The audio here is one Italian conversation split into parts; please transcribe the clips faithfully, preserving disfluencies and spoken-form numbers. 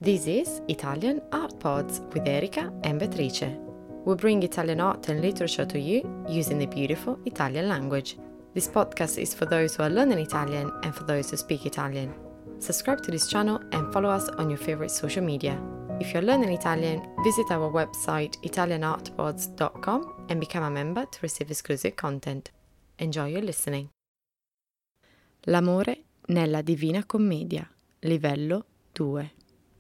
This is Italian Art Pods with Erika and Beatrice. We bring Italian art and literature to you using the beautiful Italian language. This podcast is for those who are learning Italian and for those who speak Italian. Subscribe to this channel and follow us on your favorite social media. If you're learning Italian, visit our website italian art pods dot com and become a member to receive exclusive content. Enjoy your listening. L'amore nella Divina Commedia, livello due.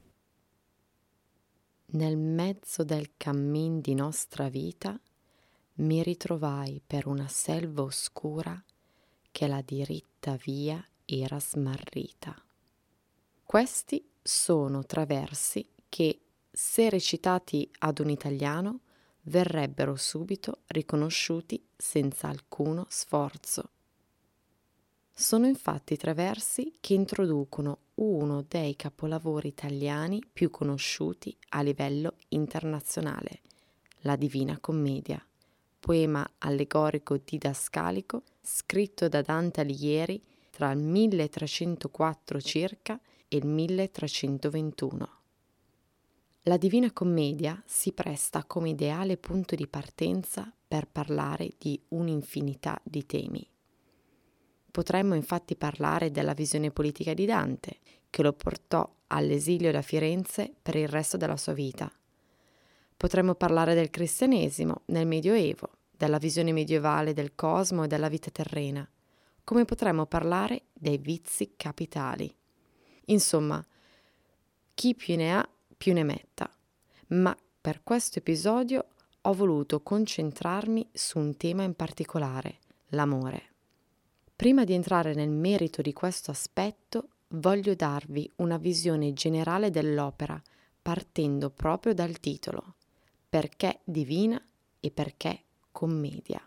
Nel mezzo del cammin di nostra vita mi ritrovai per una selva oscura che la diritta via era smarrita. Questi sono tre versi che, se recitati ad un italiano, verrebbero subito riconosciuti senza alcuno sforzo. Sono infatti tre versi che introducono uno dei capolavori italiani più conosciuti a livello internazionale, la Divina Commedia, poema allegorico didascalico scritto da Dante Alighieri tra il milletrecentoquattro circa e il milletrecentoventuno. La Divina Commedia si presta come ideale punto di partenza per parlare di un'infinità di temi. Potremmo infatti parlare della visione politica di Dante, che lo portò all'esilio da Firenze per il resto della sua vita. Potremmo parlare del cristianesimo nel Medioevo, della visione medievale del cosmo e della vita terrena, come potremmo parlare dei vizi capitali. Insomma, chi più ne ha, più ne metta. Ma per questo episodio ho voluto concentrarmi su un tema in particolare, l'amore. Prima di entrare nel merito di questo aspetto, voglio darvi una visione generale dell'opera, partendo proprio dal titolo: Perché divina e perché commedia.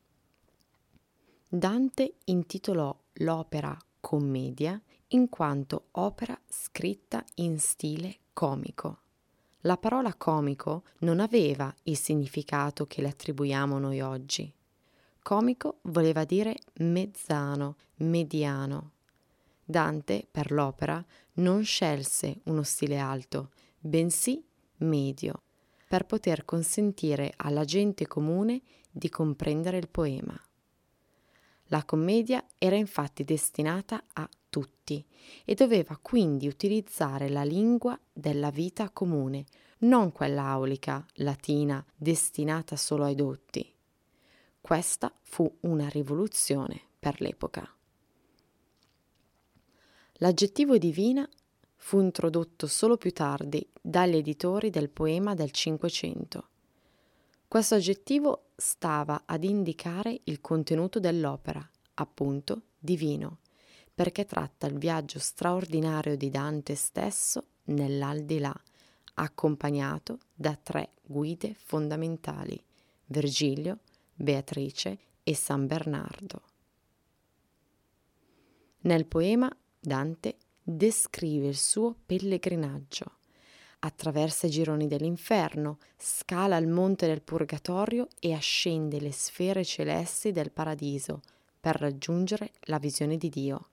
Dante intitolò l'opera commedia in quanto opera scritta in stile comico. La parola comico non aveva il significato che le attribuiamo noi oggi. Comico voleva dire mezzano, mediano. Dante, per l'opera, non scelse uno stile alto, bensì medio, per poter consentire alla gente comune di comprendere il poema. La commedia era infatti destinata a tutti e doveva quindi utilizzare la lingua della vita comune, non quella aulica, latina, destinata solo ai dotti. Questa fu una rivoluzione per l'epoca. L'aggettivo divina fu introdotto solo più tardi dagli editori del poema del Cinquecento. Questo aggettivo stava ad indicare il contenuto dell'opera, appunto divino, perché tratta il viaggio straordinario di Dante stesso nell'aldilà, accompagnato da tre guide fondamentali: Virgilio, Beatrice e San Bernardo. Nel poema Dante descrive il suo pellegrinaggio. Attraversa i gironi dell'inferno, scala il monte del purgatorio e ascende le sfere celesti del paradiso per raggiungere la visione di Dio.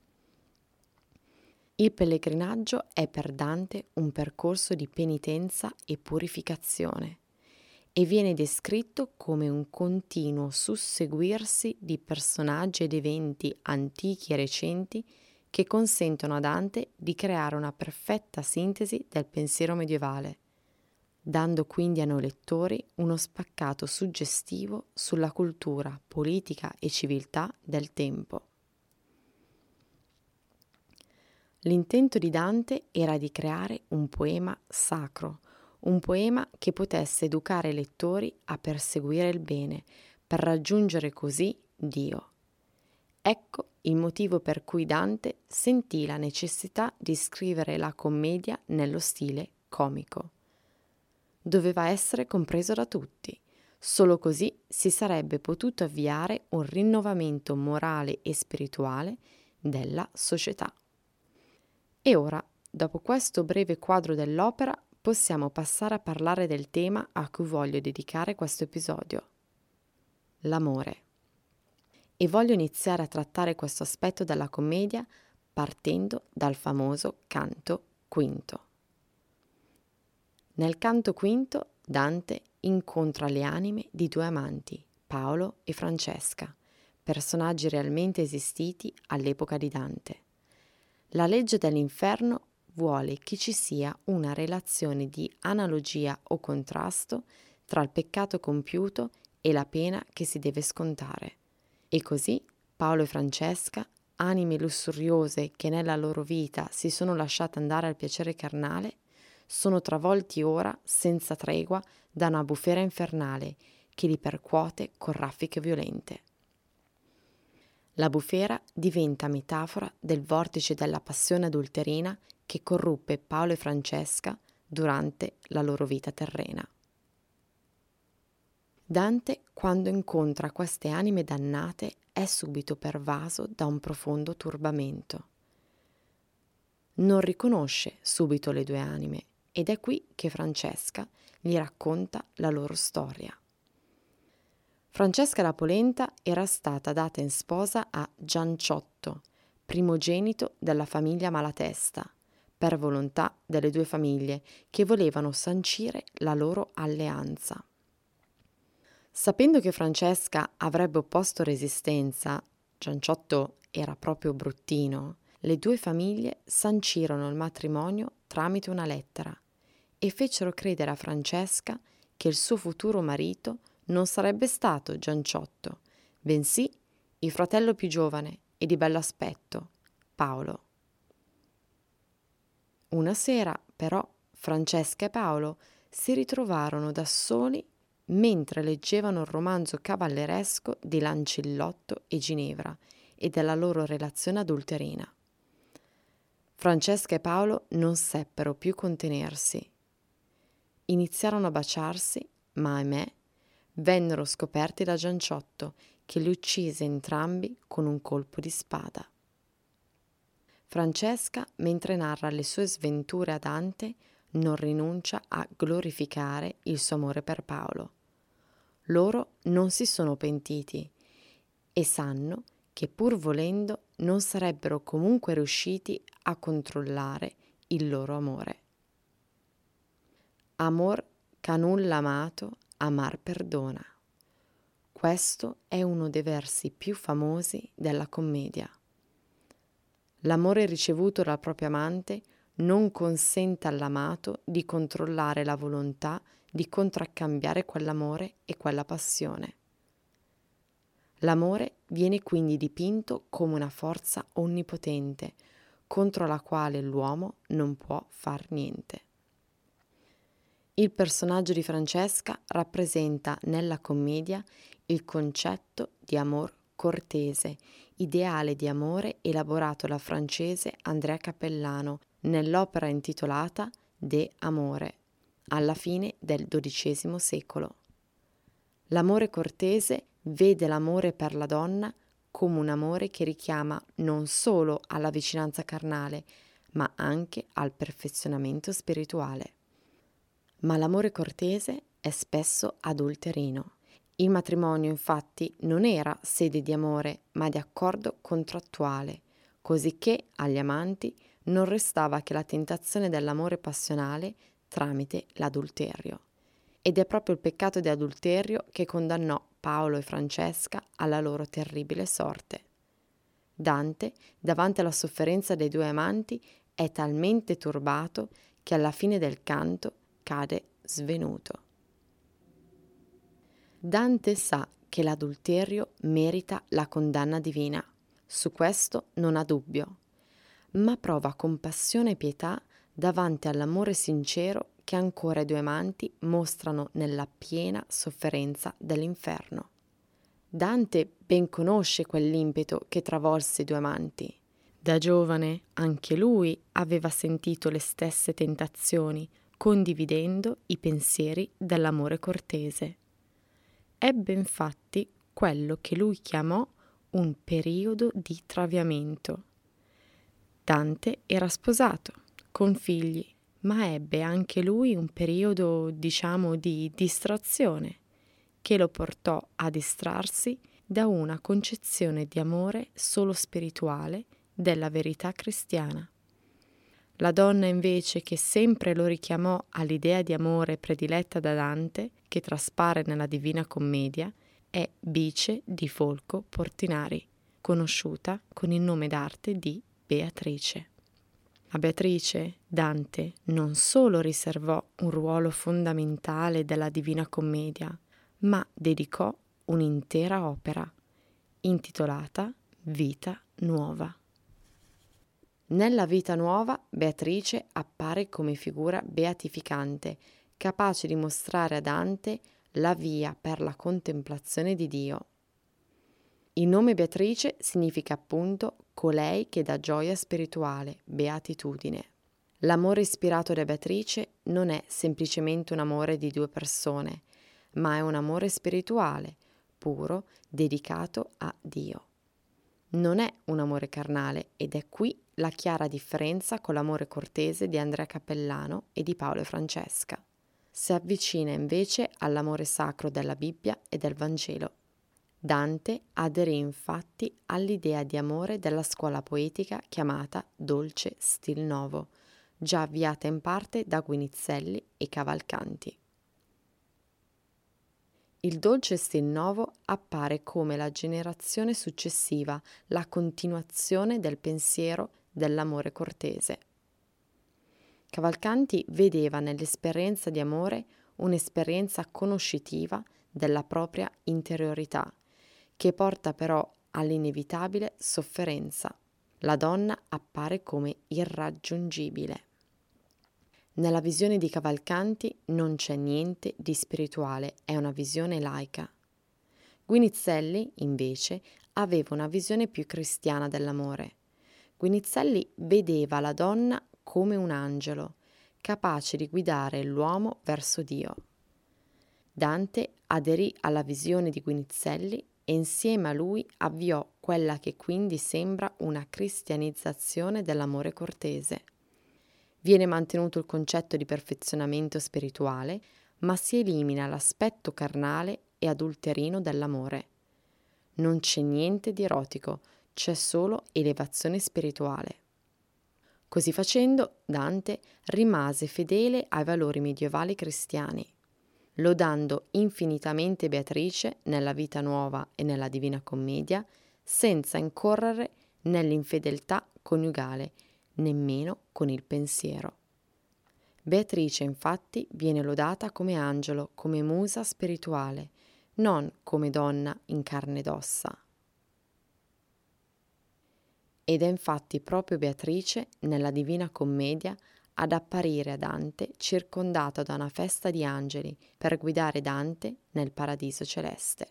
Il pellegrinaggio è per Dante un percorso di penitenza e purificazione e viene descritto come un continuo susseguirsi di personaggi ed eventi antichi e recenti che consentono a Dante di creare una perfetta sintesi del pensiero medievale, dando quindi a noi lettori uno spaccato suggestivo sulla cultura, politica e civiltà del tempo. L'intento di Dante era di creare un poema sacro, un poema che potesse educare i lettori a perseguire il bene, per raggiungere così Dio. Ecco il motivo per cui Dante sentì la necessità di scrivere la commedia nello stile comico. Doveva essere compreso da tutti, solo così si sarebbe potuto avviare un rinnovamento morale e spirituale della società. E ora, dopo questo breve quadro dell'opera, possiamo passare a parlare del tema a cui voglio dedicare questo episodio: l'amore. E voglio iniziare a trattare questo aspetto della commedia partendo dal famoso canto quinto. Nel canto quinto Dante incontra le anime di due amanti, Paolo e Francesca, personaggi realmente esistiti all'epoca di Dante. La legge dell'inferno vuole che ci sia una relazione di analogia o contrasto tra il peccato compiuto e la pena che si deve scontare. E così Paolo e Francesca, anime lussuriose che nella loro vita si sono lasciate andare al piacere carnale, sono travolti ora senza tregua da una bufera infernale che li percuote con raffiche violente. La bufera diventa metafora del vortice della passione adulterina che corruppe Paolo e Francesca durante la loro vita terrena. Dante, quando incontra queste anime dannate, è subito pervaso da un profondo turbamento. Non riconosce subito le due anime ed è qui che Francesca gli racconta la loro storia. Francesca la Polenta era stata data in sposa a Gianciotto, primogenito della famiglia Malatesta, per volontà delle due famiglie che volevano sancire la loro alleanza. Sapendo che Francesca avrebbe opposto resistenza, Gianciotto era proprio bruttino, le due famiglie sancirono il matrimonio tramite una lettera e fecero credere a Francesca che il suo futuro marito non sarebbe stato Gianciotto, bensì il fratello più giovane e di bell'aspetto, Paolo. Una sera, però, Francesca e Paolo si ritrovarono da soli mentre leggevano il romanzo cavalleresco di Lancillotto e Ginevra e della loro relazione adulterina. Francesca e Paolo non seppero più contenersi. Iniziarono a baciarsi, ma ahimè, vennero scoperti da Gianciotto, che li uccise entrambi con un colpo di spada. Francesca, mentre narra le sue sventure a Dante, non rinuncia a glorificare il suo amore per Paolo. Loro non si sono pentiti e sanno che pur volendo non sarebbero comunque riusciti a controllare il loro amore. Amor ch'a nulla amato, amar perdona. Questo è uno dei versi più famosi della commedia. L'amore ricevuto dal proprio amante non consente all'amato di controllare la volontà di contraccambiare quell'amore e quella passione. L'amore viene quindi dipinto come una forza onnipotente contro la quale l'uomo non può far niente. Il personaggio di Francesca rappresenta nella commedia il concetto di amor cortese, ideale di amore elaborato dal francese Andrea Capellano nell'opera intitolata De Amore, alla fine del dodicesimo secolo. L'amore cortese vede l'amore per la donna come un amore che richiama non solo alla vicinanza carnale, ma anche al perfezionamento spirituale. Ma l'amore cortese è spesso adulterino. Il matrimonio, infatti, non era sede di amore, ma di accordo contrattuale, cosicché agli amanti non restava che la tentazione dell'amore passionale tramite l'adulterio. Ed è proprio il peccato di adulterio che condannò Paolo e Francesca alla loro terribile sorte. Dante, davanti alla sofferenza dei due amanti, è talmente turbato che alla fine del canto cade svenuto. Dante sa che l'adulterio merita la condanna divina, su questo non ha dubbio, ma prova compassione e pietà davanti all'amore sincero che ancora i due amanti mostrano nella piena sofferenza dell'inferno. Dante ben conosce quell'impeto che travolse i due amanti. Da giovane anche lui aveva sentito le stesse tentazioni, condividendo i pensieri dell'amore cortese. Ebbe infatti quello che lui chiamò un periodo di traviamento. Dante era sposato, con figli, ma ebbe anche lui un periodo, diciamo, di distrazione, che lo portò a distrarsi da una concezione di amore solo spirituale della verità cristiana. La donna invece che sempre lo richiamò all'idea di amore prediletta da Dante, che traspare nella Divina Commedia, è Bice di Folco Portinari, conosciuta con il nome d'arte di Beatrice. A Beatrice Dante non solo riservò un ruolo fondamentale della Divina Commedia, ma dedicò un'intera opera, intitolata Vita Nuova. Nella Vita Nuova Beatrice appare come figura beatificante, capace di mostrare a Dante la via per la contemplazione di Dio. Il nome Beatrice significa appunto colei che dà gioia spirituale, beatitudine. L'amore ispirato da Beatrice non è semplicemente un amore di due persone, ma è un amore spirituale, puro, dedicato a Dio. Non è un amore carnale ed è qui la chiara differenza con l'amore cortese di Andrea Capellano e di Paolo e Francesca. Si avvicina invece all'amore sacro della Bibbia e del Vangelo. Dante aderì infatti all'idea di amore della scuola poetica chiamata dolce stil novo, già avviata in parte da Guinizelli e Cavalcanti. Il dolce stil novo appare come la generazione successiva, la continuazione del pensiero dell'amore cortese. Cavalcanti vedeva nell'esperienza di amore un'esperienza conoscitiva della propria interiorità, che porta però all'inevitabile sofferenza. La donna appare come irraggiungibile. Nella visione di Cavalcanti non c'è niente di spirituale, è una visione laica. Guinizelli, invece, aveva una visione più cristiana dell'amore. Guinizelli vedeva la donna come un angelo, capace di guidare l'uomo verso Dio. Dante aderì alla visione di Guinizelli e insieme a lui avviò quella che quindi sembra una cristianizzazione dell'amore cortese. Viene mantenuto il concetto di perfezionamento spirituale, ma si elimina l'aspetto carnale e adulterino dell'amore. Non c'è niente di erotico, c'è solo elevazione spirituale. Così facendo, Dante rimase fedele ai valori medievali cristiani, lodando infinitamente Beatrice nella Vita Nuova e nella Divina Commedia, senza incorrere nell'infedeltà coniugale, nemmeno con il pensiero. Beatrice, infatti, viene lodata come angelo, come musa spirituale, non come donna in carne ed ossa. Ed è infatti proprio Beatrice, nella Divina Commedia, ad apparire a Dante circondata da una festa di angeli per guidare Dante nel paradiso celeste.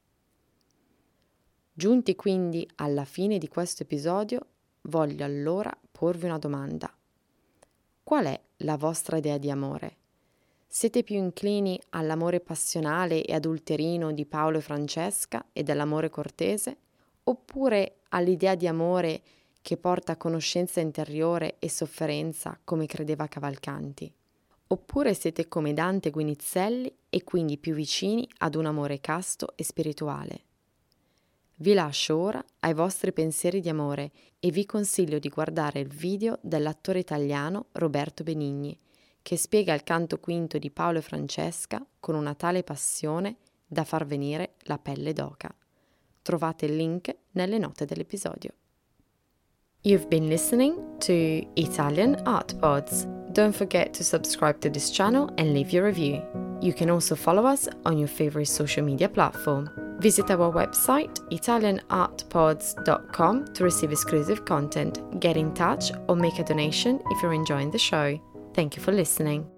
Giunti quindi alla fine di questo episodio, voglio allora porvi una domanda. Qual è la vostra idea di amore? Siete più inclini all'amore passionale e adulterino di Paolo e Francesca e dell'amore cortese? Oppure all'idea di amore che porta a conoscenza interiore e sofferenza come credeva Cavalcanti? Oppure siete come Dante e Guinizelli e quindi più vicini ad un amore casto e spirituale? Vi lascio ora ai vostri pensieri di amore e vi consiglio di guardare il video dell'attore italiano Roberto Benigni, che spiega il canto quinto di Paolo e Francesca con una tale passione da far venire la pelle d'oca. Trovate il link nelle note dell'episodio. You've been listening to Italian Art Pods. Don't forget to subscribe to this channel and leave your review. You can also follow us on your favorite social media platform. Visit our website italian art pods dot com to receive exclusive content, get in touch or make a donation if you're enjoying the show. Thank you for listening.